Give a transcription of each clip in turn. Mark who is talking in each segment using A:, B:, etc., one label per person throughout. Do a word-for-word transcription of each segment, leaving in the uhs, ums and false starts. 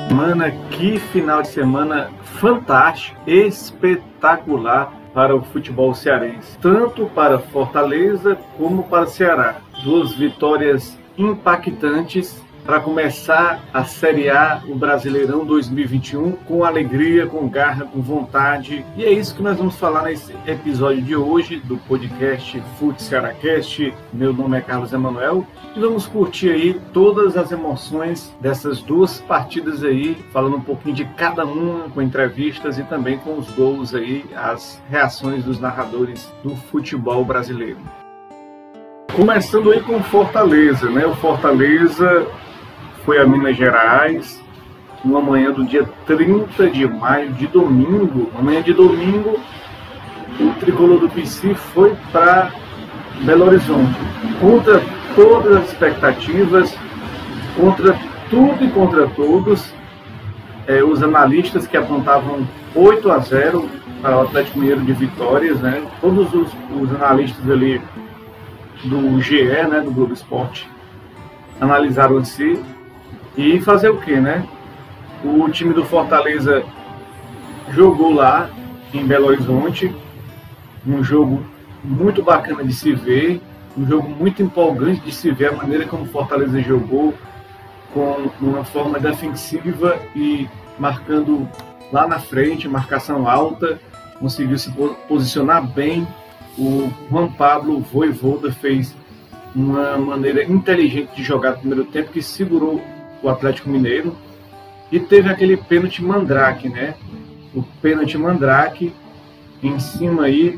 A: Semana, que final de semana fantástico, espetacular para o futebol cearense, tanto para Fortaleza como para Ceará. Duas vitórias impactantes para começar a Série A, o Brasileirão dois mil e vinte e um, com alegria, com garra, com vontade. E é isso que nós vamos falar nesse episódio de hoje do podcast Fute Cearacast. Meu nome é Carlos Emanuel e vamos curtir aí todas as emoções dessas duas partidas aí, falando um pouquinho de cada uma, com entrevistas e também com os gols aí, as reações dos narradores do futebol brasileiro. Começando aí com Fortaleza, né? O Fortaleza foi a Minas Gerais, numa manhã do dia trinta de maio, de domingo, uma manhã de domingo, o tricolor do P C foi para Belo Horizonte, contra todas as expectativas, contra tudo e contra todos. É, os analistas que apontavam oito a zero para o Atlético Mineiro de vitórias, né? Todos os, os analistas ali do G E, né, do Globo Esporte, analisaram assim. E fazer o quê, né? O time do Fortaleza jogou lá em Belo Horizonte, um jogo muito bacana de se ver, um jogo muito empolgante de se ver a maneira como o Fortaleza jogou, com uma forma defensiva e marcando lá na frente, marcação alta, conseguiu se posicionar bem. O Juan Pablo Vojvoda fez uma maneira inteligente de jogar no primeiro tempo, que segurou o Atlético Mineiro, e teve aquele pênalti mandrake, né? O pênalti mandrake em cima aí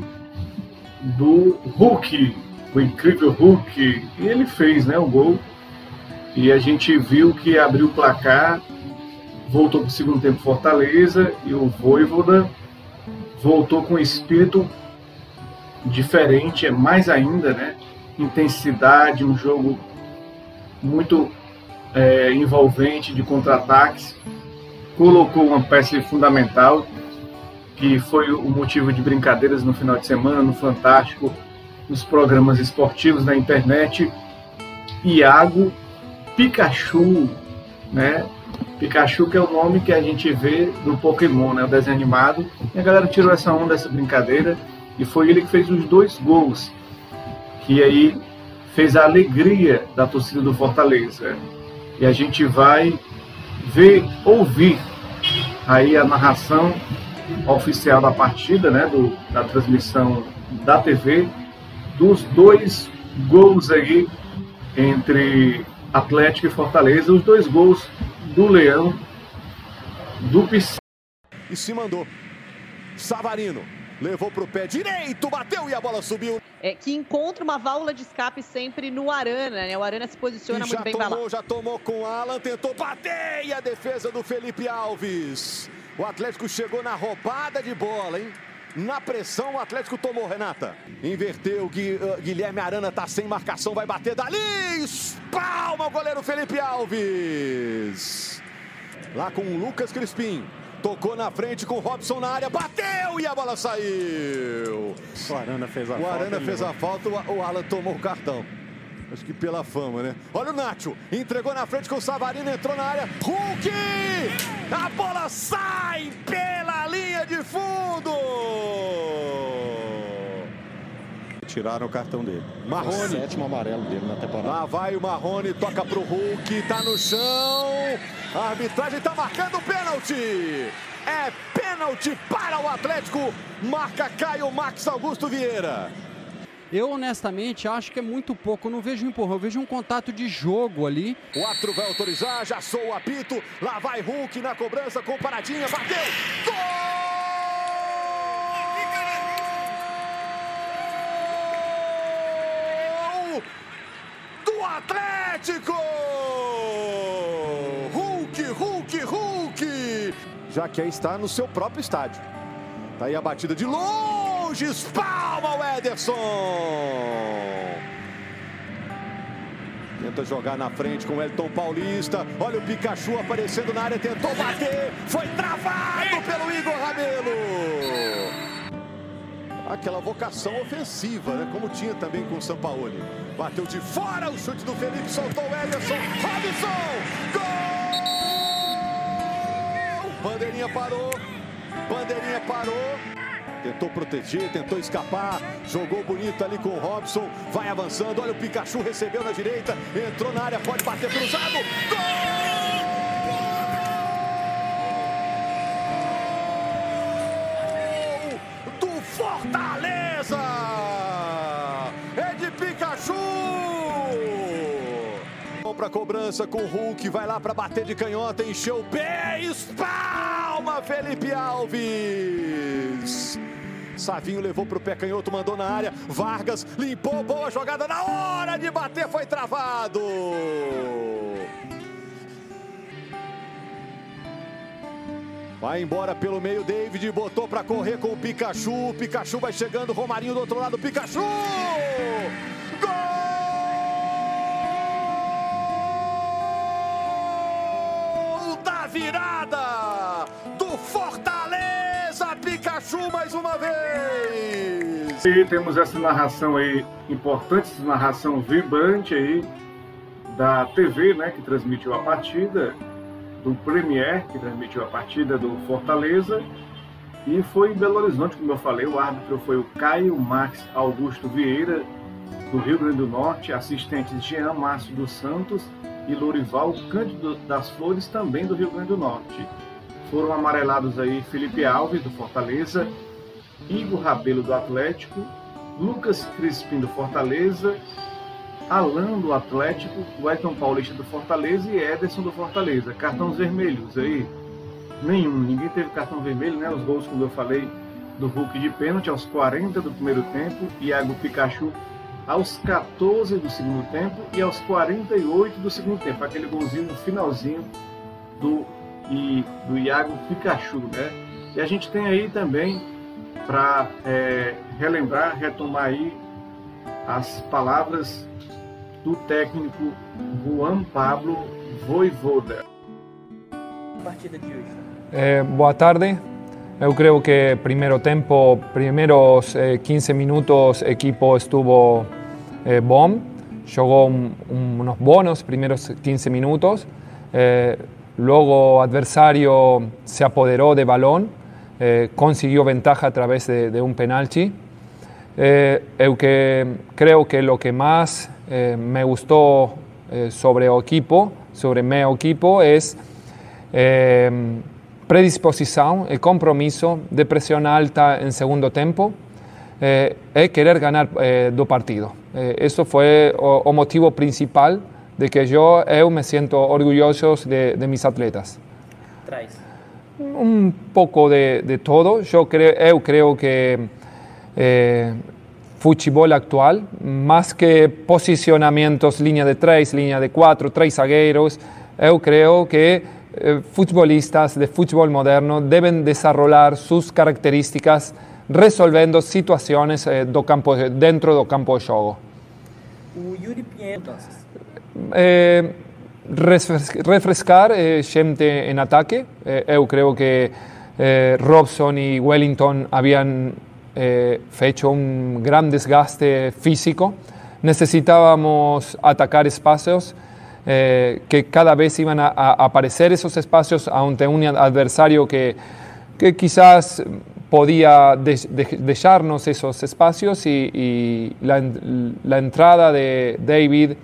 A: do Hulk, o incrível Hulk, e ele fez, né, o gol, e a gente viu que abriu o placar, voltou para o segundo tempo Fortaleza, e o Vojvoda voltou com espírito diferente, é mais ainda, né? Intensidade, um jogo muito é, envolvente de contra-ataques. Colocou uma peça fundamental, que foi o motivo de brincadeiras no final de semana, no Fantástico, nos programas esportivos na internet. Iago Pikachu, né? Pikachu, que é o nome que a gente vê do Pokémon, né? O desenho animado. E a galera tirou essa onda, essa brincadeira, e foi ele que fez os dois gols, que aí fez a alegria da torcida do Fortaleza. E a gente vai ver, ouvir aí a narração oficial da partida, né, do, da transmissão da T V, dos dois gols aí entre Atlético e Fortaleza, os dois gols do Leão, do P C.
B: E se mandou. Savarino levou para o pé direito, bateu e a bola subiu.
C: É, que encontra uma válvula de escape sempre no Arana, né? O Arana se posiciona muito bem.
B: Tomou, já tomou com o Alan, tentou bater, e a defesa do Felipe Alves. O Atlético chegou na roubada de bola, hein? Na pressão, o Atlético tomou, Renata. Inverteu, Gui, uh, Guilherme Arana tá sem marcação, vai bater dali. Palma o goleiro Felipe Alves. Lá com o Lucas Crispim. Tocou na frente com o Robson na área, bateu e a bola saiu.
D: O Arana fez a
B: o
D: falta.
B: O Arana fez a falta, o Alan tomou o cartão. Acho que pela fama, né? Olha o Nacho, entregou na frente com o Savarino, entrou na área. Hulk! A bola sai pela linha de fundo!
D: Tiraram o cartão dele.
B: Marrone.
D: O sétimo amarelo dele na temporada.
B: Lá vai o Marrone, toca pro Hulk, tá no chão. A arbitragem tá marcando o pênalti. É pênalti para o Atlético. Marca Caio Max Augusto Vieira.
E: Eu, honestamente, acho que é muito pouco. Eu não vejo um empurrão, eu vejo um contato de jogo ali.
B: O árbitro vai autorizar, já soa o apito. Lá vai Hulk na cobrança com paradinha, bateu. Gol! Do Atlético! Hulk, Hulk, Hulk! Já que aí está no seu próprio estádio. Tá aí a batida de longe, espalma o Ederson. Tenta jogar na frente com o Elton Paulista. Olha o Pikachu aparecendo na área, tentou bater. Foi travado pelo Igor Rabelo. Aquela vocação ofensiva, né? Como tinha também com o Sampaoli. Bateu de fora o chute do Felipe, soltou o Ederson. Robson! Gol! Bandeirinha parou. Bandeirinha parou. Tentou proteger, tentou escapar. Jogou bonito ali com o Robson. Vai avançando. Olha o Pikachu, recebeu na direita. Entrou na área, pode bater cruzado. Gol! Do Fortaleza! É de Pikachu! Vamos para cobrança com o Hulk. Vai lá para bater de canhota. Encheu o pé. Espalma Felipe Alves. Savinho levou para o pé canhoto, mandou na área. Vargas limpou, boa jogada. Na hora de bater foi travado. Vai embora pelo meio, David botou para correr com o Pikachu. Pikachu vai chegando, Romarinho do outro lado. Pikachu! Gol da virada do Fortaleza! Pikachu mais uma vez!
A: E temos essa narração aí, importante, essa narração vibrante aí da T V, né, que transmitiu a partida, do Premier, que transmitiu a partida do Fortaleza, e foi em Belo Horizonte, como eu falei, o árbitro foi o Caio Max Augusto Vieira, do Rio Grande do Norte, assistentes Jean Márcio dos Santos e Lorival Cândido das Flores, também do Rio Grande do Norte. Foram amarelados aí Felipe Alves, do Fortaleza, Igor Rabelo, do Atlético, Lucas Crispim, do Fortaleza, Alan, do Atlético, Wellington Paulista, do Fortaleza e Ederson, do Fortaleza. Cartões vermelhos aí? Nenhum, ninguém teve cartão vermelho, né? Os gols, como eu falei, do Hulk de pênalti aos quarenta do primeiro tempo, Iago Pikachu aos quatorze do segundo tempo e aos quarenta e oito do segundo tempo. Aquele golzinho no finalzinho do, e, do Iago Pikachu, né? E a gente tem aí também, para é, relembrar, retomar aí as palavras do técnico Juan Pablo Voivoda.
F: Partida de hoje.
G: Eh, boa tarde. Eu creio que primeiro tempo, primeiros eh, quince minutos, o equipo estuvo eh, bom. Jogou um, um, unos buenos primeiros quince minutos. Eh, luego o adversário se apoderou de balão, eh, conseguiu ventaja através de, de um penalti. Eh, eu que creo que lo que más eh, me gustó eh, sobre o equipo, sobre meu equipo, es eh, predisposição e compromisso de pressão alta em segundo tempo eh, e querer ganhar eh, do partido. Eh, eso foi o, o motivo principal de que eu, eu me sinto orgulhoso de, de mis atletas.
F: Traz.
G: Um pouco de, de todo. Eu creio, eu creio que eh, futebol actual, mais que posicionamentos, linha de três, linha de quatro, três zagueiros, eu creio que eh, futbolistas de futebol moderno devem desenvolver suas características resolvendo situações eh, do campo, dentro do campo de jogo.
F: O Yuri Pinheiro.
G: Eh, refrescar eh, gente em ataque. Eh, eu creio que eh, Robson e Wellington haviam eh, feito um grande desgaste físico. Necesitávamos atacar espaços eh, que cada vez iban a, a aparecer esos espacios ante un adversario que, que quizás podía de, de, dejarnos esos espacios y, y la, la entrada de David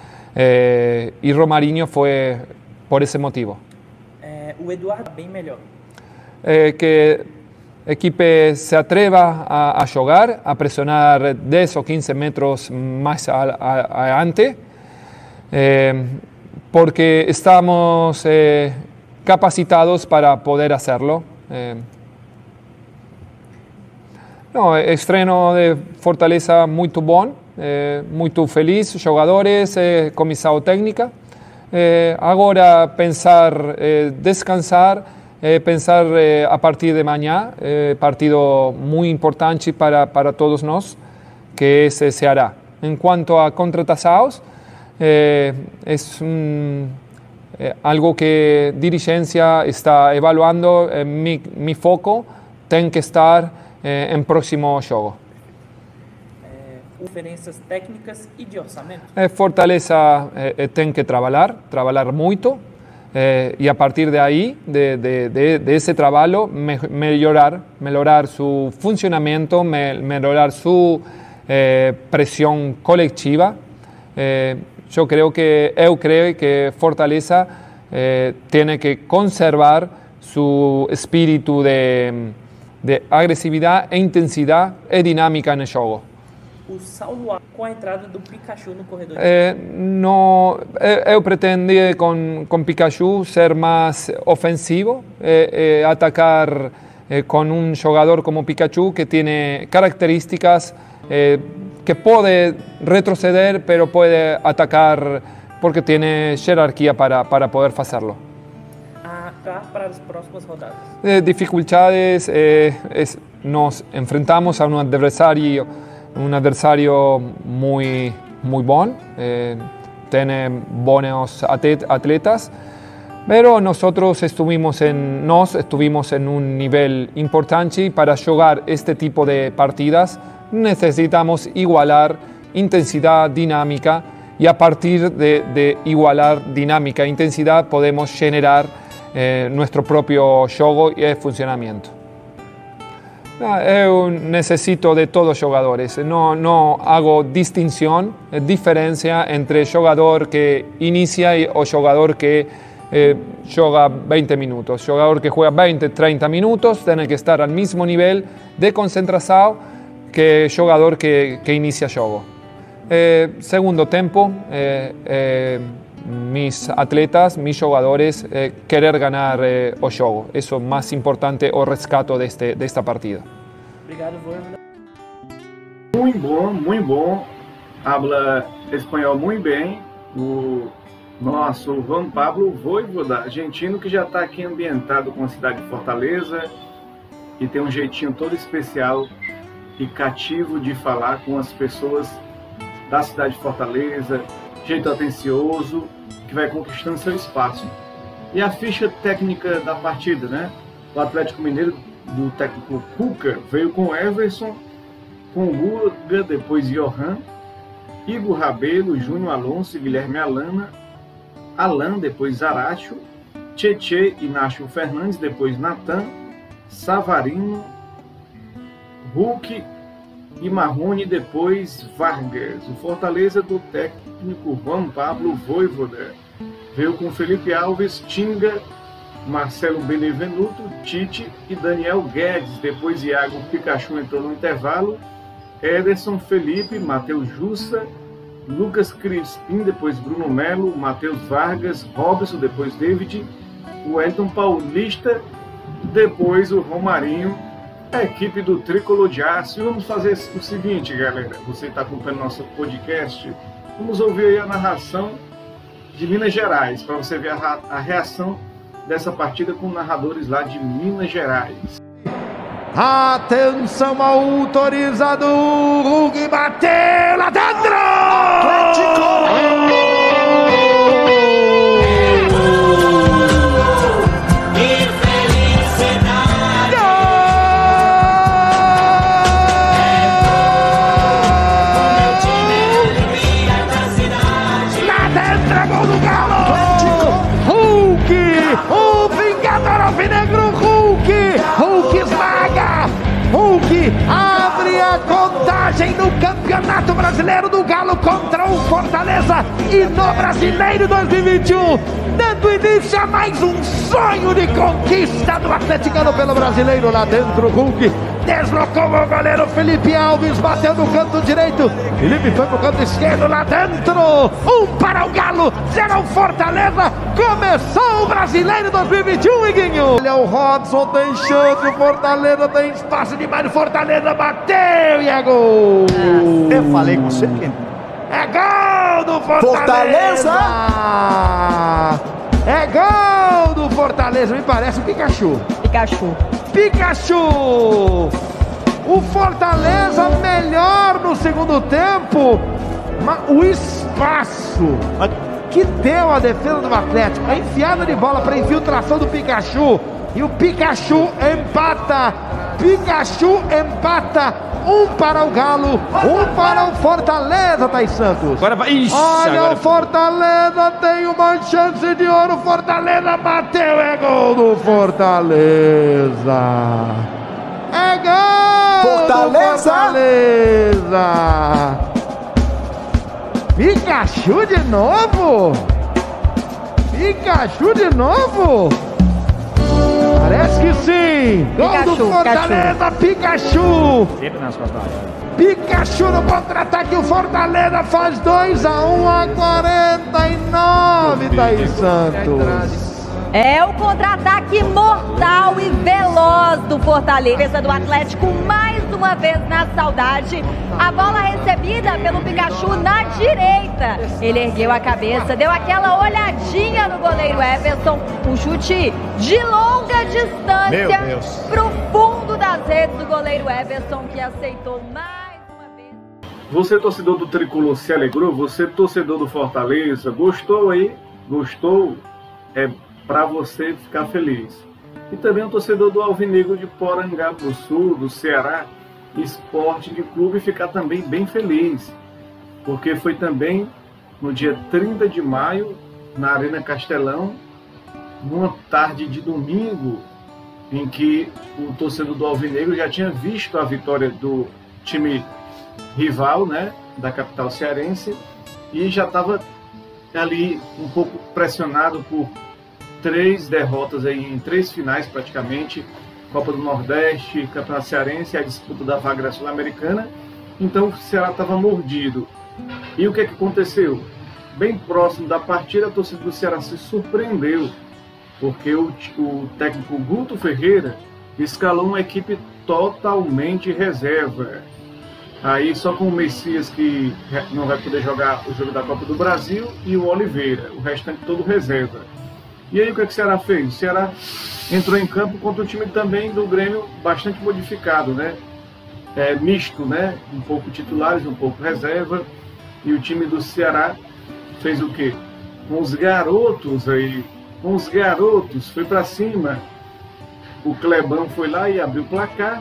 G: eh, y Romarinho fue por ese motivo.
F: É, o Eduardo bem melhor.
G: Eh, que a equipe se atreva a, a jogar, a pressionar dez ou quinze metros mais adiante, eh, porque estamos eh, capacitados para poder hacerlo. Eh, no, estreno de Fortaleza muito bom, eh, muito feliz, jogadores, eh, comissão técnica. Eh, agora pensar, eh, descansar, eh, pensar eh, a partir de mañana, eh, partido muy importante para, para todos nós, que ese se hará. En cuanto a contratados, eh, es un, eh, algo que dirigencia está evaluando. Eh, mi, mi foco tem que estar eh, en próximo jogo.
F: Diferenças técnicas e de orçamento.
G: Eh, Fortaleza eh, tem que trabalhar, trabalhar muito. eh, y a partir de ahí, de, de, de, de ese trabajo, me, mejorar, mejorar su funcionamiento, me, mejorar su eh, presión colectiva. Eh, yo creo que, eu creo que Fortaleza eh, tiene que conservar su espíritu de, de agresividad e intensidad e dinámica en el juego.
F: O saldo com a entrada do Pikachu no corredor.
G: Eh, no, eu, eu pretendia con, con Pikachu ser más ofensivo, eh, eh, atacar eh, con un jugador como Pikachu que tiene características eh, que puede retroceder, pero puede atacar porque tiene jerarquía para, para poder hacerlo.
F: Acá para as próximas rodadas.
G: Eh, dificultades, eh, es, nos enfrentamos a un adversario, un adversario muy, muy bueno, eh, tiene buenos atletas, pero nosotros estuvimos en, nos estuvimos en un nivel importante y para jugar este tipo de partidas necesitamos igualar intensidad, dinámica, y a partir de, de igualar dinámica e intensidad podemos generar eh, nuestro propio juego y funcionamiento. Eu necesito de todos los jugadores, no, no hago distinción, diferencia entre jugador que inicia y o jugador que eh, juega veinte minutos. Jugador que juega veinte, treinta minutos tiene que estar al mismo nivel de concentración que jugador que, que inicia juego. Eh, segundo tiempo, eh, eh, mis atletas, mis jugadores, eh, querer ganar eh, o juego. Eso es más importante o rescato de, este, de esta partida.
F: Obrigado, Voivoda.
A: Muy bom, muy bom. Habla espanhol muy bem. O nosso Juan Pablo Voivoda, argentino, que já está aqui ambientado com a cidade de Fortaleza e tem um jeitinho todo especial e cativo de falar com as pessoas da cidade de Fortaleza, jeito atencioso, que vai conquistando seu espaço. E a ficha técnica da partida, né? O Atlético Mineiro, do técnico Cuca, veio com Everson, com Guga, depois Johan, Igor Rabelo, Júnior Alonso e Guilherme Alana, Alan, depois Zaracho, Tietê e Nacho Fernandes, depois Natan, Savarino, Hulk e Marrone, depois Vargas. O Fortaleza do técnico Juan Pablo Voivoda veio com Felipe Alves, Tinga, Marcelo Benevenuto, Tite e Daniel Guedes. Depois Iago Pikachu entrou no intervalo, Ederson, Felipe, Matheus Jussa, Lucas Crispim, depois Bruno Melo, Matheus Vargas, Robson, depois David, o Wellington Paulista, depois o Romarinho, a equipe do Tricolor de Aço. E vamos fazer o seguinte, galera, você está acompanhando nosso podcast, vamos ouvir aí a narração de Minas Gerais, para você ver a, a reação dessa partida com narradores lá de Minas Gerais.
H: Atenção, autorizado, Hulk bateu lá dentro! Atlético! Abre a contagem no Campeonato Brasileiro do Galo contra o Fortaleza e no Brasileiro dois mil e vinte e um, dando início a mais um sonho de conquista do atleticano pelo Brasileiro. Lá dentro, Hulk deslocou o goleiro Felipe Alves, bateu no canto direito, Felipe foi pro canto esquerdo. Lá dentro, um para o Galo, zero o Fortaleza. Começou o Brasileiro dois mil e vinte e um, Iguinho. Olha, o Robson tem chance, o Fortaleza tem espaço demais, o Fortaleza bateu e é gol.
I: Eu falei com você que...
H: É gol do Fortaleza! Fortaleza! É gol do Fortaleza, me parece o Pikachu.
C: Pikachu.
H: Pikachu! O Fortaleza melhor no segundo tempo, mas o espaço que deu a defesa do Atlético, a enfiada de bola para infiltração do Pikachu, e o Pikachu empata, Pikachu empata um para o Galo, um para o Fortaleza, Thaís Santos.
J: Agora vai. Ixi,
H: Olha
J: agora...
H: o Fortaleza, tem uma chance de ouro. Fortaleza bateu, é gol do Fortaleza. É gol
B: Fortaleza.
H: do Fortaleza. Pikachu de novo. Pikachu de novo. Parece que sim. Gol
K: Pikachu,
H: do Fortaleza, Pikachu.
J: Sempre nas costas.
H: Pikachu no contra-ataque, o Fortaleza faz dois a um a quarenta e nove, Thaís Santos.
K: É o contra-ataque mortal e veloz do Fortaleza, do Atlético, mais uma vez na saudade. A bola recebida pelo Pikachu na direita. Ele ergueu a cabeça, deu aquela olhadinha no goleiro Everson. Um chute de longa distância pro fundo das redes do goleiro Everson, que aceitou mais uma vez.
A: Você, torcedor do Tricolor, se alegrou? Você, torcedor do Fortaleza, gostou aí? Gostou? É para você ficar feliz. E também o torcedor do Alvinegro de Porangabuçu, do Ceará Esporte de Clube, ficar também bem feliz, porque foi também no dia trinta de maio, na Arena Castelão, numa tarde de domingo, em que o torcedor do Alvinegro já tinha visto a vitória do time rival, né, da capital cearense, e já estava ali um pouco pressionado por três derrotas aí em três finais praticamente, Copa do Nordeste, Campeonato Cearense e a disputa da vaga Sul-Americana. Então o Ceará estava mordido. E o que, é que aconteceu? Bem próximo da partida, a torcida do Ceará se surpreendeu, porque o, o técnico Guto Ferreira escalou uma equipe totalmente reserva. Aí só com o Messias, que não vai poder jogar o jogo da Copa do Brasil, e o Oliveira, o restante todo reserva. E aí o que, é que o Ceará fez? O Ceará entrou em campo contra um time também do Grêmio bastante modificado, né? É, misto, né? Um pouco titulares, um pouco reserva. E o time do Ceará fez o quê? Com os garotos aí, com os garotos, foi para cima. O Clebão foi lá e abriu o placar.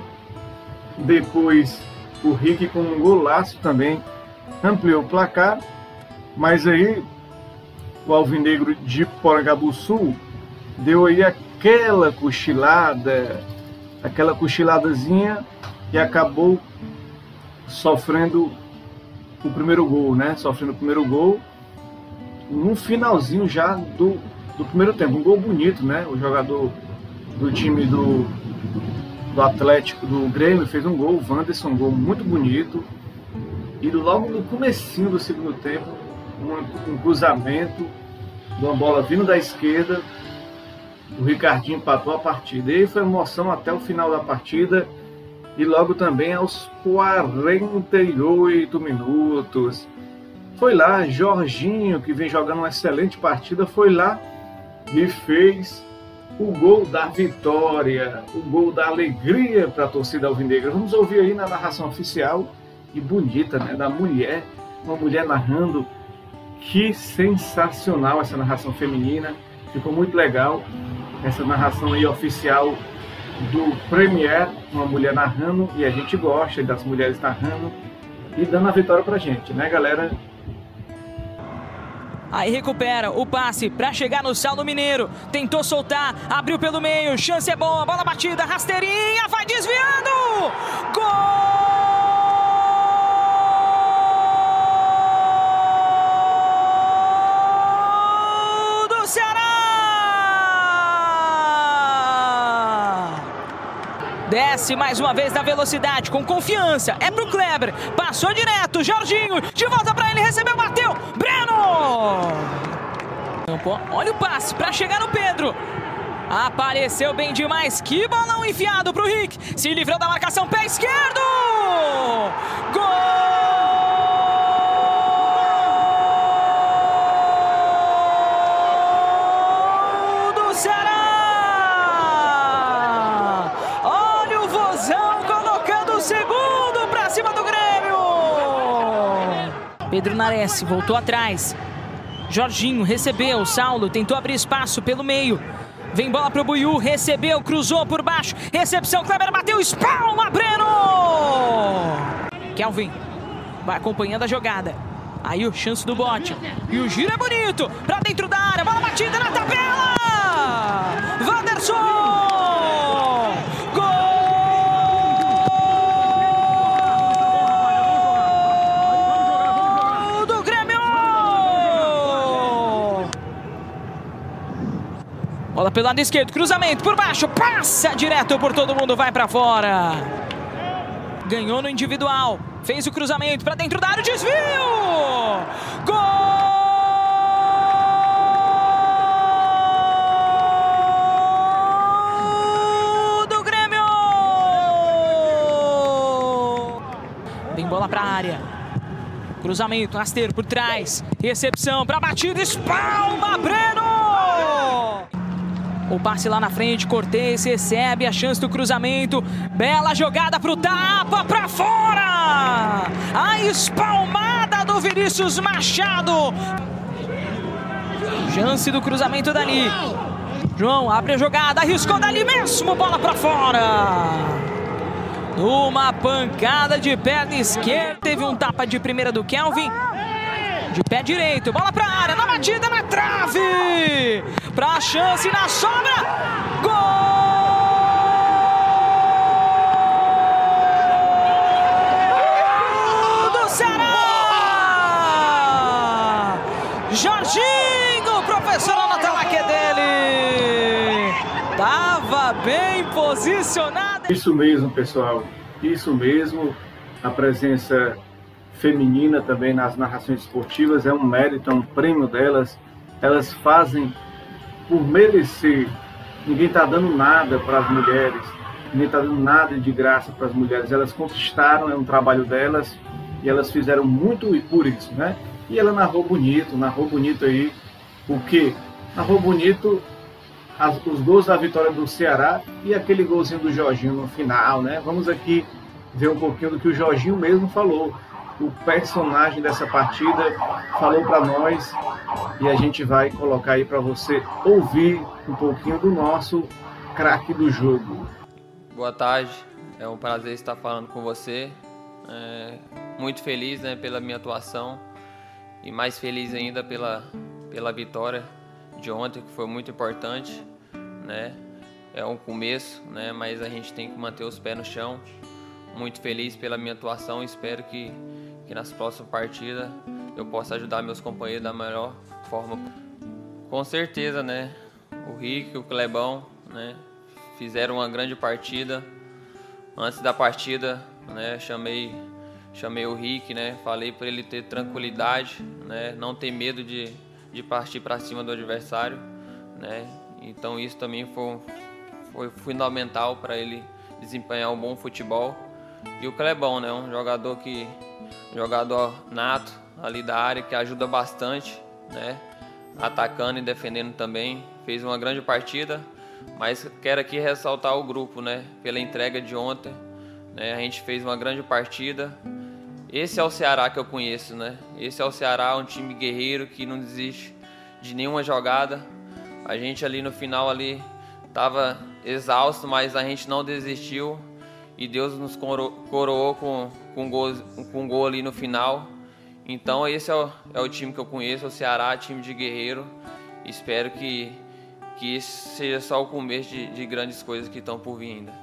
A: Depois o Rick, com um golaço também, ampliou o placar. Mas aí o Alvinegro de Porangabuçu deu aí aquela cochilada, aquela cochiladazinha, e acabou sofrendo o primeiro gol, né? Sofrendo o primeiro gol no finalzinho já do, do primeiro tempo. Um gol bonito, né? O jogador do time do, do Atlético, do Grêmio, fez um gol, o Wanderson, um gol muito bonito. E logo no comecinho do segundo tempo, um, um cruzamento de uma bola vindo da esquerda, o Ricardinho empatou a partida. E aí foi emoção até o final da partida. E logo também aos quarenta e oito minutos, foi lá Jorginho, que vem jogando uma excelente partida, foi lá e fez o gol da vitória, o gol da alegria para a torcida alvinegra. Vamos ouvir aí na narração oficial, e bonita, né, da mulher, uma mulher narrando. Que sensacional essa narração feminina, ficou muito legal essa narração aí oficial do Premier, uma mulher narrando, e a gente gosta das mulheres narrando e dando a vitória pra gente, né, galera?
L: Aí recupera o passe para chegar no Saulo Mineiro, tentou soltar, abriu pelo meio, chance é boa, bola batida, rasteirinha, vai desviando, gol! Desce mais uma vez na velocidade, com confiança. É pro Kleber. Passou direto. Jorginho. De volta para ele. Recebeu, bateu. Breno. Olha o passe para chegar no Pedro. Apareceu bem demais. Que balão enfiado pro Rick. Se livrou da marcação. Pé esquerdo. Gol. Pedro Nares voltou atrás. Jorginho recebeu. Saulo tentou abrir espaço pelo meio. Vem bola pro Buiú, recebeu, cruzou por baixo, recepção, Kleber bateu, espalma, Breno! Kelvin vai acompanhando a jogada. Aí o chance do bote. E o giro é bonito, pra dentro da área, bola batida na tabela! Wanderson! Bola pelo lado esquerdo, cruzamento por baixo, passa direto por todo mundo, vai pra fora. Ganhou no individual, fez o cruzamento pra dentro da área, desvio! Gol do Grêmio! Vem bola pra área. Cruzamento, rasteiro por trás, recepção pra batida, espalma, Breno! O passe lá na frente, Cortez recebe a chance do cruzamento. Bela jogada pro tapa, pra fora! A espalmada do Vinícius Machado. Chance do cruzamento dali. João abre a jogada, arriscou dali mesmo, bola pra fora. Uma pancada de perna esquerda. Teve um tapa de primeira do Kelvin. De pé direito, bola pra área, na batida, na trave! Pra chance, na sobra, gol do Ceará! Jorginho, professor, na tela que é dele! Tava bem posicionado.
A: Isso mesmo, pessoal, isso mesmo, a presença feminina também nas narrações esportivas é um mérito, é um prêmio delas. Elas fazem por merecer. Ninguém está dando nada para as mulheres, ninguém está dando nada de graça para as mulheres. Elas conquistaram, é um trabalho delas e elas fizeram muito por isso, né? E ela narrou bonito, narrou bonito aí. O quê? Narrou bonito as, os gols da vitória do Ceará e aquele golzinho do Jorginho no final, né? Vamos aqui ver um pouquinho do que o Jorginho mesmo falou. O personagem dessa partida falou para nós e a gente vai colocar aí para você ouvir um pouquinho do nosso craque do jogo.
J: Boa tarde, é um prazer estar falando com você. É, muito feliz, né, pela minha atuação e mais feliz ainda pela, pela vitória de ontem, que foi muito importante, né? É um começo, né, mas a gente tem que manter os pés no chão. Muito feliz pela minha atuação, espero que que nas próximas partidas eu possa ajudar meus companheiros da melhor forma. Com certeza, né? O Rick, o Clebão, né? Fizeram uma grande partida. Antes da partida, né? Chamei, chamei o Rick, né? Falei para ele ter tranquilidade, né? Não ter medo de, de partir para cima do adversário, né? Então isso também foi, foi fundamental para ele desempenhar um bom futebol. E o Clebão, né? Um jogador que jogador nato ali da área, que ajuda bastante, né? Atacando e defendendo também. Fez uma grande partida, mas quero aqui ressaltar o grupo, né? Pela entrega de ontem, né? A gente fez uma grande partida. Esse é o Ceará que eu conheço, né? Esse é o Ceará, um time guerreiro que não desiste de nenhuma jogada. A gente ali no final ali tava exausto, mas a gente não desistiu. E Deus nos coroou com, com, gol, com um gol ali no final. Então esse é o, é o time que eu conheço, é o Ceará, time de guerreiro. Espero que, que esse seja só o começo de, de grandes coisas que estão por vir ainda.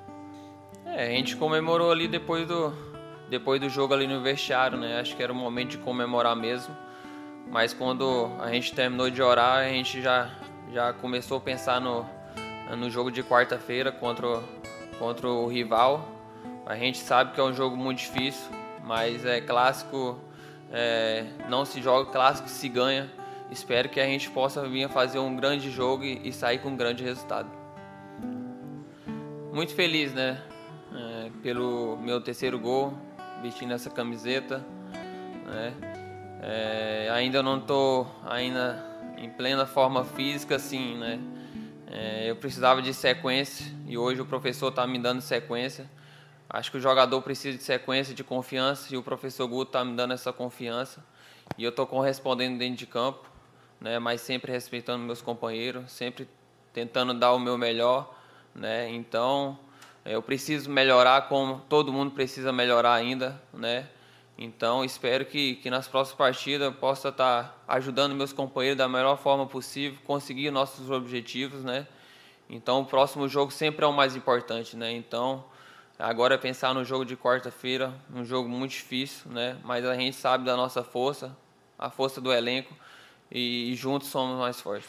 J: É, a gente comemorou ali depois do, depois do jogo ali no vestiário, né? Acho que era o momento de comemorar mesmo. Mas quando a gente terminou de orar, a gente já, já começou a pensar no, no jogo de quarta-feira contra, contra o rival. A gente sabe que é um jogo muito difícil, mas é clássico, é, não se joga, clássico se ganha. Espero que a gente possa vir a fazer um grande jogo e, e sair com um grande resultado. Muito feliz, né? É, pelo meu terceiro gol, vestindo essa camiseta, né? É, ainda não estou ainda em plena forma física, assim, né? É, eu precisava de sequência e hoje o professor está me dando sequência. Acho que o jogador precisa de sequência, de confiança, e o professor Guto está me dando essa confiança. E eu estou correspondendo dentro de campo, né? Mas sempre respeitando meus companheiros, sempre tentando dar o meu melhor, né? Então, eu preciso melhorar como todo mundo precisa melhorar ainda, né? Então, espero que, que nas próximas partidas eu possa estar ajudando meus companheiros da melhor forma possível, conseguir nossos objetivos, né? Então, o próximo jogo sempre é o mais importante, né? Então, agora é pensar no jogo de quarta-feira, um jogo muito difícil, né? Mas a gente sabe da nossa força, a força do elenco, e, e juntos somos mais fortes.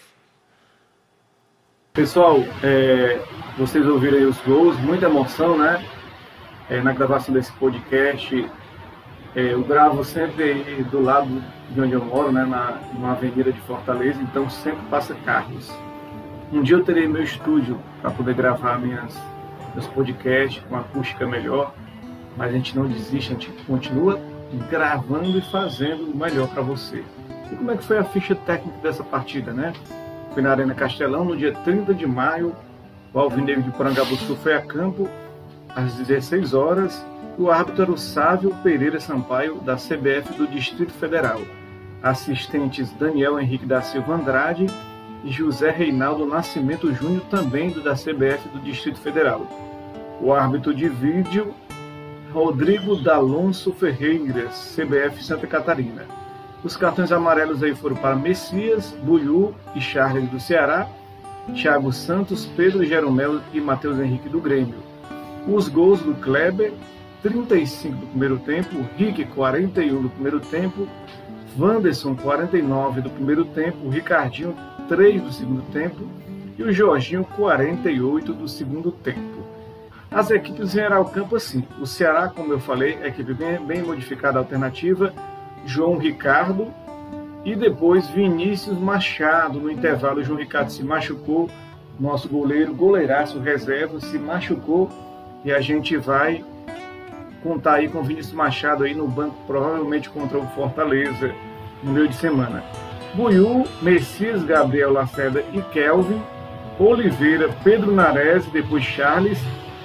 A: Pessoal, é, vocês ouviram aí os gols, muita emoção, né? É, na gravação desse podcast. É, eu gravo sempre aí do lado de onde eu moro, né, na, numa avenida de Fortaleza, então sempre passa carros. Um dia eu terei meu estúdio para poder gravar minhas, meus podcasts com acústica melhor, mas a gente não desiste, a gente continua gravando e fazendo o melhor para você. E como é que foi a ficha técnica dessa partida, né? Foi na Arena Castelão, no dia trinta de maio, o Alvinegro de Porangabuçu foi a campo às dezesseis horas. O árbitro era o Sávio Pereira Sampaio, da C B F do Distrito Federal. Assistentes Daniel Henrique da Silva Andrade e José Reinaldo Nascimento Júnior, também do da C B F do Distrito Federal. O árbitro de vídeo, Rodrigo D'Alonso Ferreira, C B F Santa Catarina. Os cartões amarelos aí foram para Messias, Buiú e Charles do Ceará, Thiago Santos, Pedro Jeromel e Matheus Henrique do Grêmio. Os gols do Kleber, trinta e cinco do primeiro tempo, Rick, quarenta e um do primeiro tempo, Wanderson, quarenta e nove do primeiro tempo, Ricardinho, três do segundo tempo e o Jorginho, quarenta e oito do segundo tempo. As equipes vieram ao campo assim. O Ceará, como eu falei, a equipe bem, bem modificada, alternativa, João Ricardo e depois Vinícius Machado. No intervalo, o João Ricardo se machucou, nosso goleiro, goleiraço reserva, se machucou e a gente vai contar aí com o Vinícius Machado aí no banco, provavelmente contra o Fortaleza, no meio de semana. Buiú, Messias, Gabriel Lacerda e Kelvin, Oliveira, Pedro Nares, depois Charles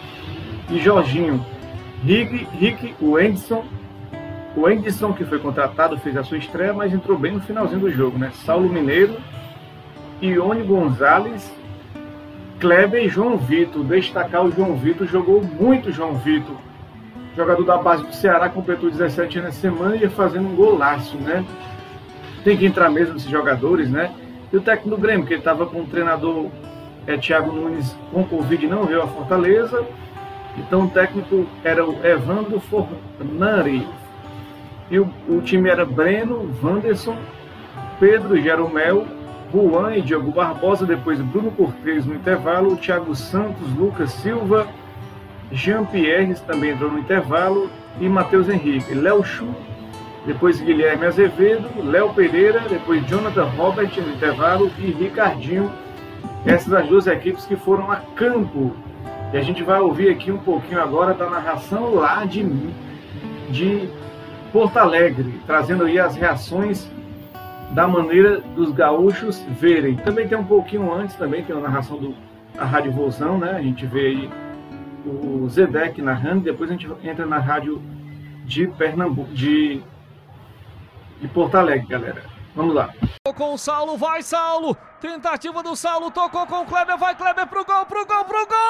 A: e Jorginho, Rick, Rick o Edson, o Edson que foi contratado, fez a sua estreia, mas entrou bem no finalzinho do jogo, né? Saulo Mineiro, Ione Gonzalez, Kleber e João Vitor. Destacar o João Vitor, jogou muito João Vitor, jogador da base do Ceará, completou dezessete anos na semana e ia fazendo um golaço, né? Tem que entrar mesmo esses jogadores, né? E o técnico do Grêmio, que ele estava com o treinador é, Thiago Nunes com Covid, não veio a Fortaleza. Então o técnico era o Evandro Fornari. E o, o time era Breno, Wanderson, Pedro Jeromel, Juan e Diogo Barbosa, depois Bruno Cortez no intervalo, Thiago Santos, Lucas Silva, Jean-Pierre também entrou no intervalo e Matheus Henrique, Léo Chu, depois Guilherme Azevedo, Léo Pereira, depois Jonathan Robert no intervalo e Ricardinho. Essas as duas equipes que foram a campo. E a gente vai ouvir aqui um pouquinho agora da narração lá de, de Porto Alegre, trazendo aí as reações da maneira dos gaúchos verem. Também tem um pouquinho antes, também tem a narração do a Rádio Vozão, né? A gente vê aí o Zedek narrando, depois a gente entra na rádio de Pernambuco, de, de Porto Alegre, galera. Vamos lá.
M: Com o Saulo, vai Saulo, tentativa do Saulo, tocou com o Kleber, vai Kleber pro gol, pro gol, pro gol!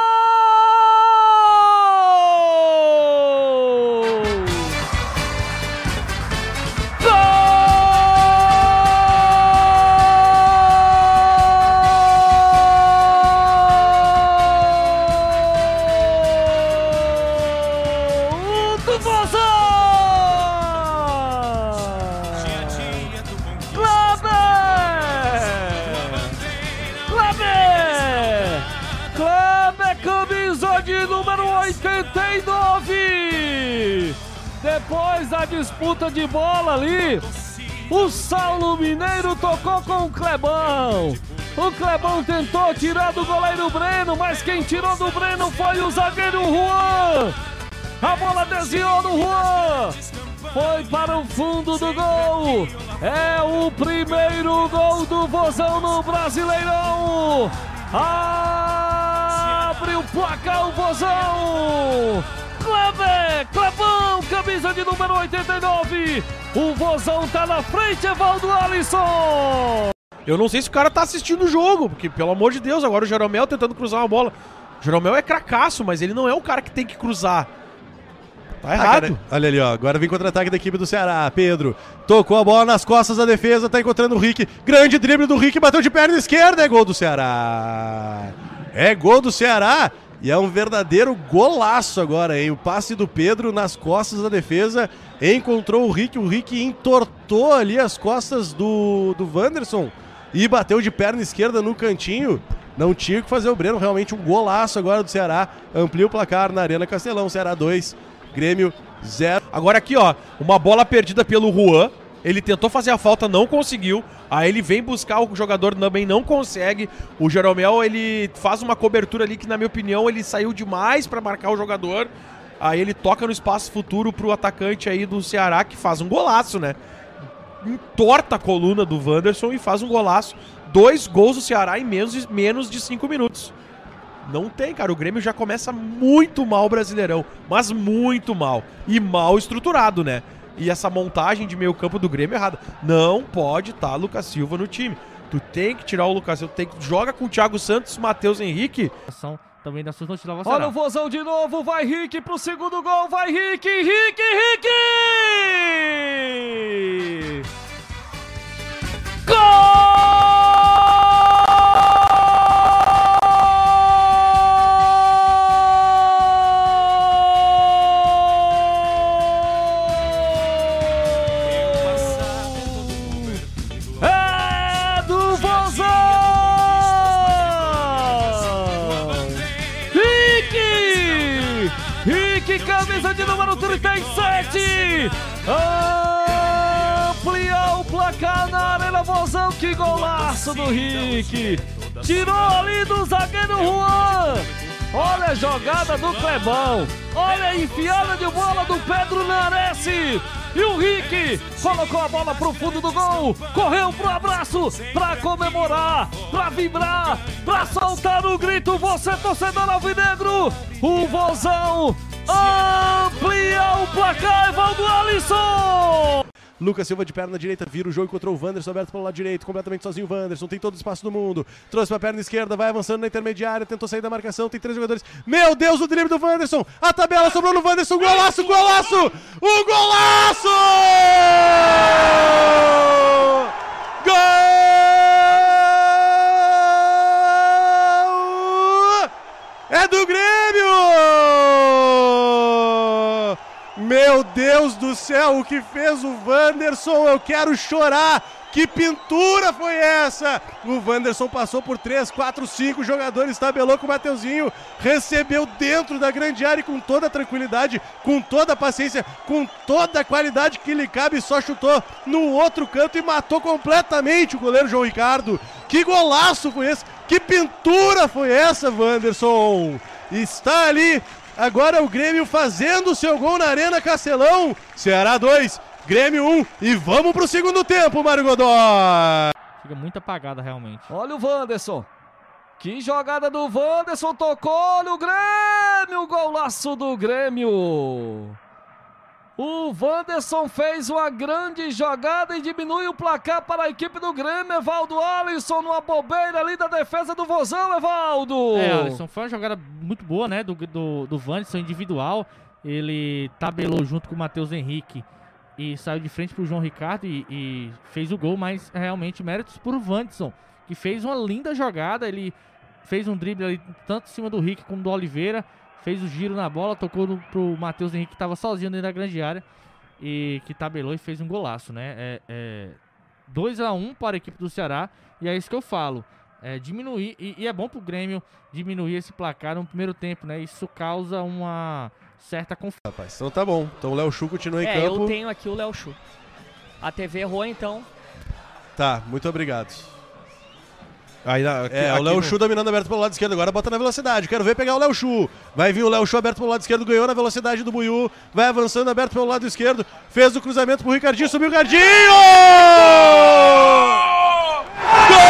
M: Depois da disputa de bola ali, o Saulo Mineiro tocou com o Clebão. O Clebão tentou tirar do goleiro Breno, mas quem tirou do Breno foi o zagueiro Juan. A bola desviou no Juan, foi para o fundo do gol. É o primeiro gol do Vozão no Brasileirão. Abre o placar o Vozão. Kleber, Clebão, camisa de número oitenta e nove. O Vozão tá na frente, Evaldo Alisson.
N: Eu não sei se o cara tá assistindo o jogo, porque, pelo amor de Deus, agora o Jeromel tentando cruzar uma bola. O Jeromel é cracaço, mas ele não é um cara que tem que cruzar. Tá errado. Ah, cara,
O: olha ali, ó. Agora vem contra-ataque da equipe do Ceará. Pedro tocou a bola nas costas da defesa, tá encontrando o Rick. Grande drible do Rick, bateu de perna esquerda. É gol do Ceará. É gol do Ceará. E é um verdadeiro golaço agora, hein? O passe do Pedro nas costas da defesa. Encontrou o Rick. O Rick entortou ali as costas do, do Wanderson. E bateu de perna esquerda no cantinho. Não tinha que fazer o Breno. Realmente um golaço agora do Ceará. Amplia o placar na Arena Castelão. Ceará dois, Grêmio zero.
N: Agora aqui, ó. Uma bola perdida pelo Juan. Ele tentou fazer a falta, não conseguiu. Aí ele vem buscar o jogador, também não consegue. O Jeromel, ele faz uma cobertura ali que, na minha opinião, ele saiu demais para marcar o jogador. Aí ele toca no espaço futuro pro atacante aí do Ceará, que faz um golaço, né? Entorta a coluna do Wanderson e faz um golaço. Dois gols do Ceará em menos de, menos de cinco minutos. Não tem, cara. O Grêmio já começa muito mal o Brasileirão. Mas muito mal. E mal estruturado, né? E essa montagem de meio campo do Grêmio é errada. Não pode estar Lucas Silva no time. Tu tem que tirar o Lucas Silva. Tu tem que... Joga com o Thiago Santos, Matheus Henrique.
P: Também da sua
M: Olha o Vozão de novo. Vai Rick pro segundo gol. Vai Rick, Rick, Rick! Gol! Camisa de número trinta e sete, ampliar o placar na Arena Vozão. Que golaço do Rick, tirou ali do zagueiro Juan. Olha a jogada do Clebão, olha a enfiada de bola do Pedro Nares. E o Rick colocou a bola pro fundo do gol, correu pro abraço, pra comemorar, pra vibrar, pra soltar o grito. Você, torcedor alvinegro, o Vozão amplia o placar, Evaldo Alisson!
O: Lucas Silva de perna direita, vira o jogo, encontrou o Wanderson aberto pelo lado direito, completamente sozinho o Wanderson, tem todo o espaço do mundo, trouxe pra perna esquerda, vai avançando na intermediária, tentou sair da marcação, tem três jogadores, meu Deus, o drible do Wanderson, a tabela sobrou no Wanderson, golaço, golaço, o golaço! Gol! É do Grêmio! Meu Deus do céu, o que fez o Wanderson, eu quero chorar, que pintura foi essa? O Wanderson passou por três, quatro, cinco jogadores, tabelou com o Mateuzinho, recebeu dentro da grande área e com toda a tranquilidade, com toda a paciência, com toda a qualidade que lhe cabe, só chutou no outro canto e matou completamente o goleiro João Ricardo. Que golaço foi esse? Que pintura foi essa, Wanderson? Está ali... Agora o Grêmio fazendo o seu gol na Arena Castelão. Ceará dois, Grêmio um. E vamos pro segundo tempo, Mário Godoy.
P: Fica muito apagada realmente.
M: Olha o Wanderson. Que jogada do Wanderson. Tocou, olha o Grêmio. Golaço do Grêmio. O Wanderson fez uma grande jogada e diminui o placar para a equipe do Grêmio. Evaldo Alisson numa bobeira ali da defesa do Vozão, Evaldo.
P: É, Alisson, foi uma jogada muito boa, né, do, do, do Wanderson individual. Ele tabelou junto com o Matheus Henrique e saiu de frente para o João Ricardo e, e fez o gol, mas realmente méritos para o Wanderson, que fez uma linda jogada. Ele fez um drible ali tanto em cima do Rick como do Oliveira. Fez o giro na bola, tocou no, pro Matheus Henrique, que estava sozinho dentro da grande área. E que tabelou e fez um golaço, né? É, é dois a um para a equipe do Ceará. E é isso que eu falo. É, diminuir, e, e é bom pro Grêmio diminuir esse placar no primeiro tempo, né? Isso causa uma certa confiança.
O: Rapaz, então tá bom. Então o Léo Chu continua em
Q: é,
O: campo.
Q: É, eu tenho aqui o Léo Chu. A T V errou, então.
O: Tá, muito obrigado.
N: Aí, aqui,
O: é, o Léo
N: no...
O: Chu dominando aberto pelo lado esquerdo, agora bota na velocidade, quero ver pegar o Léo Chu, vai vir o Léo Chu aberto pelo lado esquerdo, ganhou na velocidade do Buiú, vai avançando aberto pelo lado esquerdo, fez o cruzamento pro Ricardinho, subiu o Ricardinho! Gol!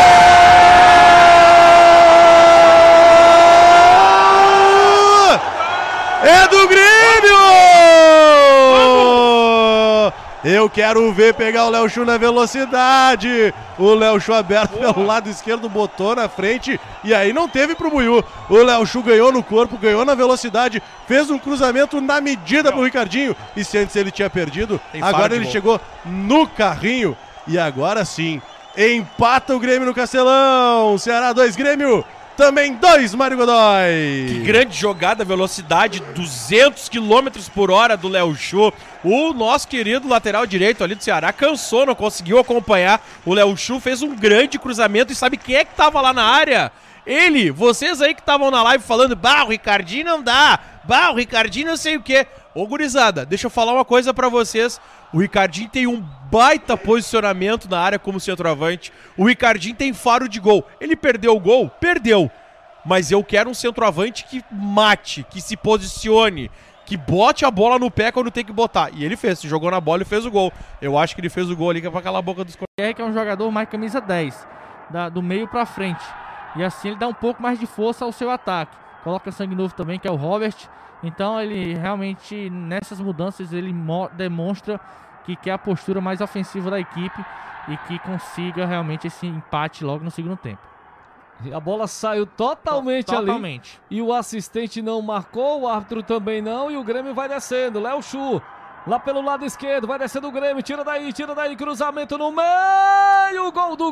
O: É do Grêmio! Eu quero ver pegar o Léo Chu na velocidade. O Léo Chu aberto Boa. pelo lado esquerdo, botou na frente e aí não teve pro Buiú. O Léo Chu ganhou no corpo, ganhou na velocidade, fez um cruzamento na medida pro Ricardinho. E se antes ele tinha perdido, Tem agora ele gol. chegou no carrinho. E agora sim, empata o Grêmio no Castelão. Ceará dois, Grêmio também dois, Mário Godoy.
N: Que grande jogada, velocidade, duzentos quilômetros por hora do Léo Chu. O nosso querido lateral direito ali do Ceará cansou, não conseguiu acompanhar. O Léo Chu fez um grande cruzamento e sabe quem é que tava lá na área? Ele, vocês aí que estavam na live falando, bah, o Ricardinho não dá, bah, o Ricardinho não sei o quê. Ô, gurizada, deixa eu falar uma coisa pra vocês. O Ricardinho tem um baita posicionamento na área como centroavante. O Ricardinho tem faro de gol. Ele perdeu o gol? Perdeu. Mas eu quero um centroavante que mate, que se posicione, que bote a bola no pé quando tem que botar. E ele fez, jogou na bola e fez o gol. Eu acho que ele fez o gol ali que é pra calar a boca dos...
P: É que é um jogador mais camisa dez, da, do meio pra frente. E assim ele dá um pouco mais de força ao seu ataque. Coloca sangue novo também, que é o Robert. Então ele realmente, nessas mudanças, ele demonstra que quer a postura mais ofensiva da equipe e que consiga realmente esse empate logo no segundo tempo.
M: E a bola saiu totalmente, totalmente ali. E o assistente não marcou, o árbitro também não. E o Grêmio vai descendo. Léo Chu, lá pelo lado esquerdo, vai descendo o Grêmio. Tira daí, tira daí, cruzamento no meio. Gol do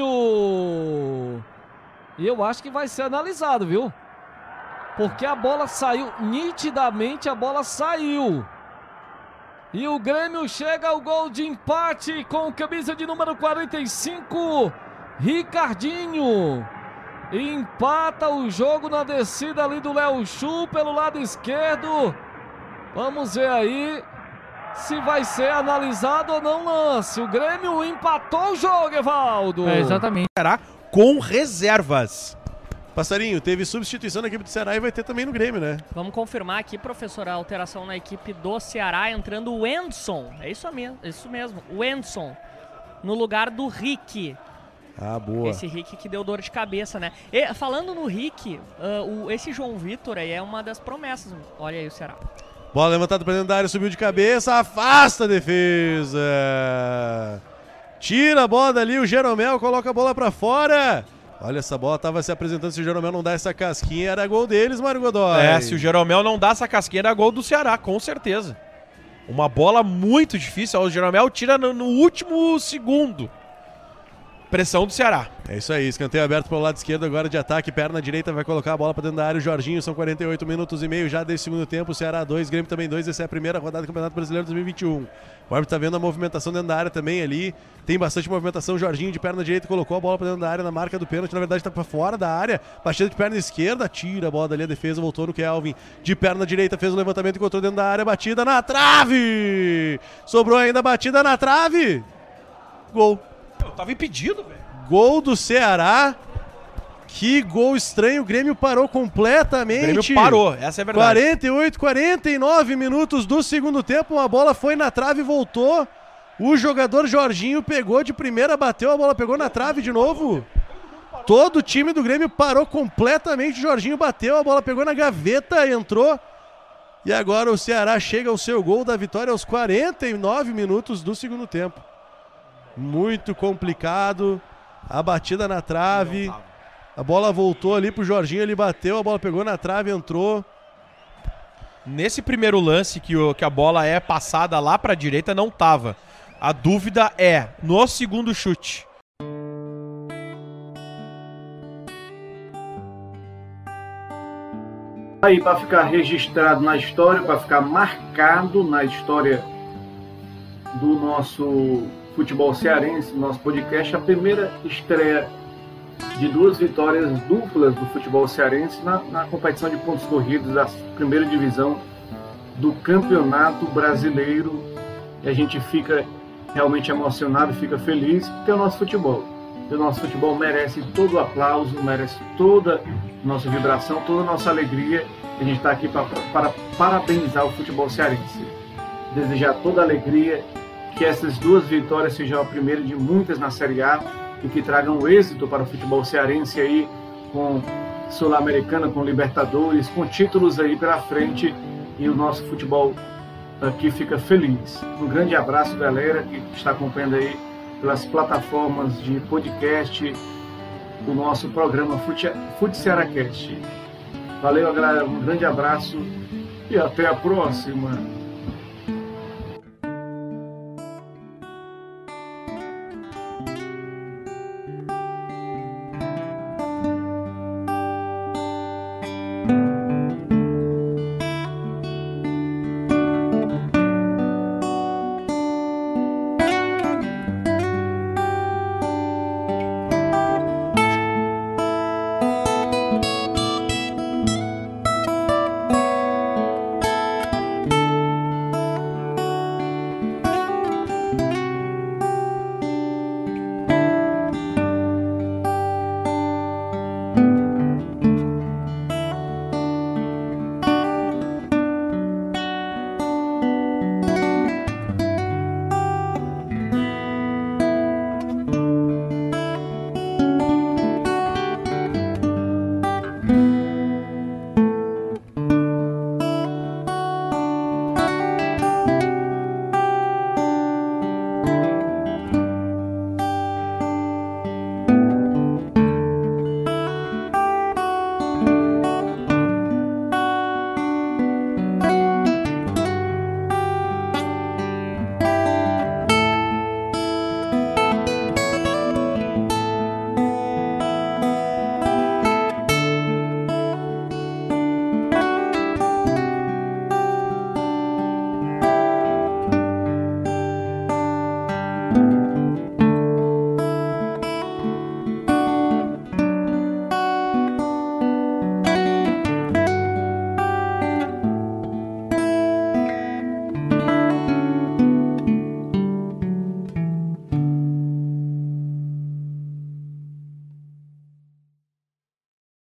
M: Grêmio. E eu acho que vai ser analisado, viu? Porque a bola saiu, nitidamente a bola saiu. E o Grêmio chega ao gol de empate com camisa de número quarenta e cinco, Ricardinho. E empata o jogo na descida ali do Léo Chu pelo lado esquerdo. Vamos ver aí se vai ser analisado ou não lance. O Grêmio empatou o jogo, Evaldo.
P: É, exatamente.
N: Será com reservas.
O: Passarinho, teve substituição na equipe do Ceará e vai ter também no Grêmio, né?
Q: Vamos confirmar aqui, professor, a alteração na equipe do Ceará, entrando o Enson. É isso mesmo, isso mesmo, o Enson, no lugar do Rick.
O: Ah, boa.
Q: Esse Rick que deu dor de cabeça, né? E, falando no Rick, uh, o, esse João Vitor aí é uma das promessas. Olha aí o Ceará.
O: Bola levantada para dentro da área, subiu de cabeça, afasta a defesa. Tira a bola dali, o Jeromel coloca a bola para fora. Olha, essa bola tava se apresentando, se o Jeromel não dá essa casquinha, era gol deles, Mário Godoy.
N: É, se o Jeromel não dá essa casquinha, era gol do Ceará, com certeza. Uma bola muito difícil, o Jeromel tira no, no último segundo. Pressão do Ceará.
O: É isso aí, escanteio aberto pelo lado esquerdo agora de ataque, perna direita vai colocar a bola para dentro da área, o Jorginho, são quarenta e oito minutos e meio já desse segundo tempo, o Ceará dois, Grêmio também dois, essa é a primeira rodada do Campeonato Brasileiro dois mil e vinte e um. O árbitro tá vendo a movimentação dentro da área também ali, tem bastante movimentação, o Jorginho de perna direita colocou a bola para dentro da área na marca do pênalti, na verdade tá para fora da área, batida de perna esquerda, tira a bola dali, a defesa voltou no Kelvin, de perna direita fez o levantamento, encontrou dentro da área, batida na trave, sobrou ainda batida na trave, gol.
N: Eu tava impedido, velho.
O: Gol do Ceará. Que gol estranho, o Grêmio parou completamente.
N: O Grêmio parou, essa é a verdade.
O: quarenta e oito, quarenta e nove minutos do segundo tempo, uma bola foi na trave e voltou. O jogador Jorginho pegou de primeira, bateu, a bola pegou na trave de novo. Todo o time do Grêmio parou completamente, o Jorginho bateu, a bola pegou na gaveta, entrou. E agora o Ceará chega ao seu gol da vitória aos quarenta e nove minutos do segundo tempo. Muito complicado. A batida na trave. A bola voltou ali pro Jorginho, ele bateu, a bola pegou na trave, entrou.
N: Nesse primeiro lance que, o, que a bola é passada lá pra direita, não tava. A dúvida é no segundo chute.
A: Aí para ficar registrado na história, para ficar marcado na história do nosso futebol cearense, nosso podcast, a primeira estreia de duas vitórias duplas do futebol cearense na, na competição de pontos corridos da primeira divisão do Campeonato Brasileiro. E a gente fica realmente emocionado, fica feliz, porque é o nosso futebol. E o nosso futebol merece todo o aplauso, merece toda a nossa vibração, toda a nossa alegria. A gente está aqui pra, para parabenizar o futebol cearense. Desejar toda a alegria, que essas duas vitórias sejam a primeira de muitas na Série A e que tragam êxito para o futebol cearense aí, com Sul-Americana, com Libertadores, com títulos aí pela frente, e o nosso futebol aqui fica feliz. Um grande abraço, galera, que está acompanhando aí pelas plataformas de podcast o nosso programa Fute, Fute Cearacast. Valeu, galera, um grande abraço e até a próxima.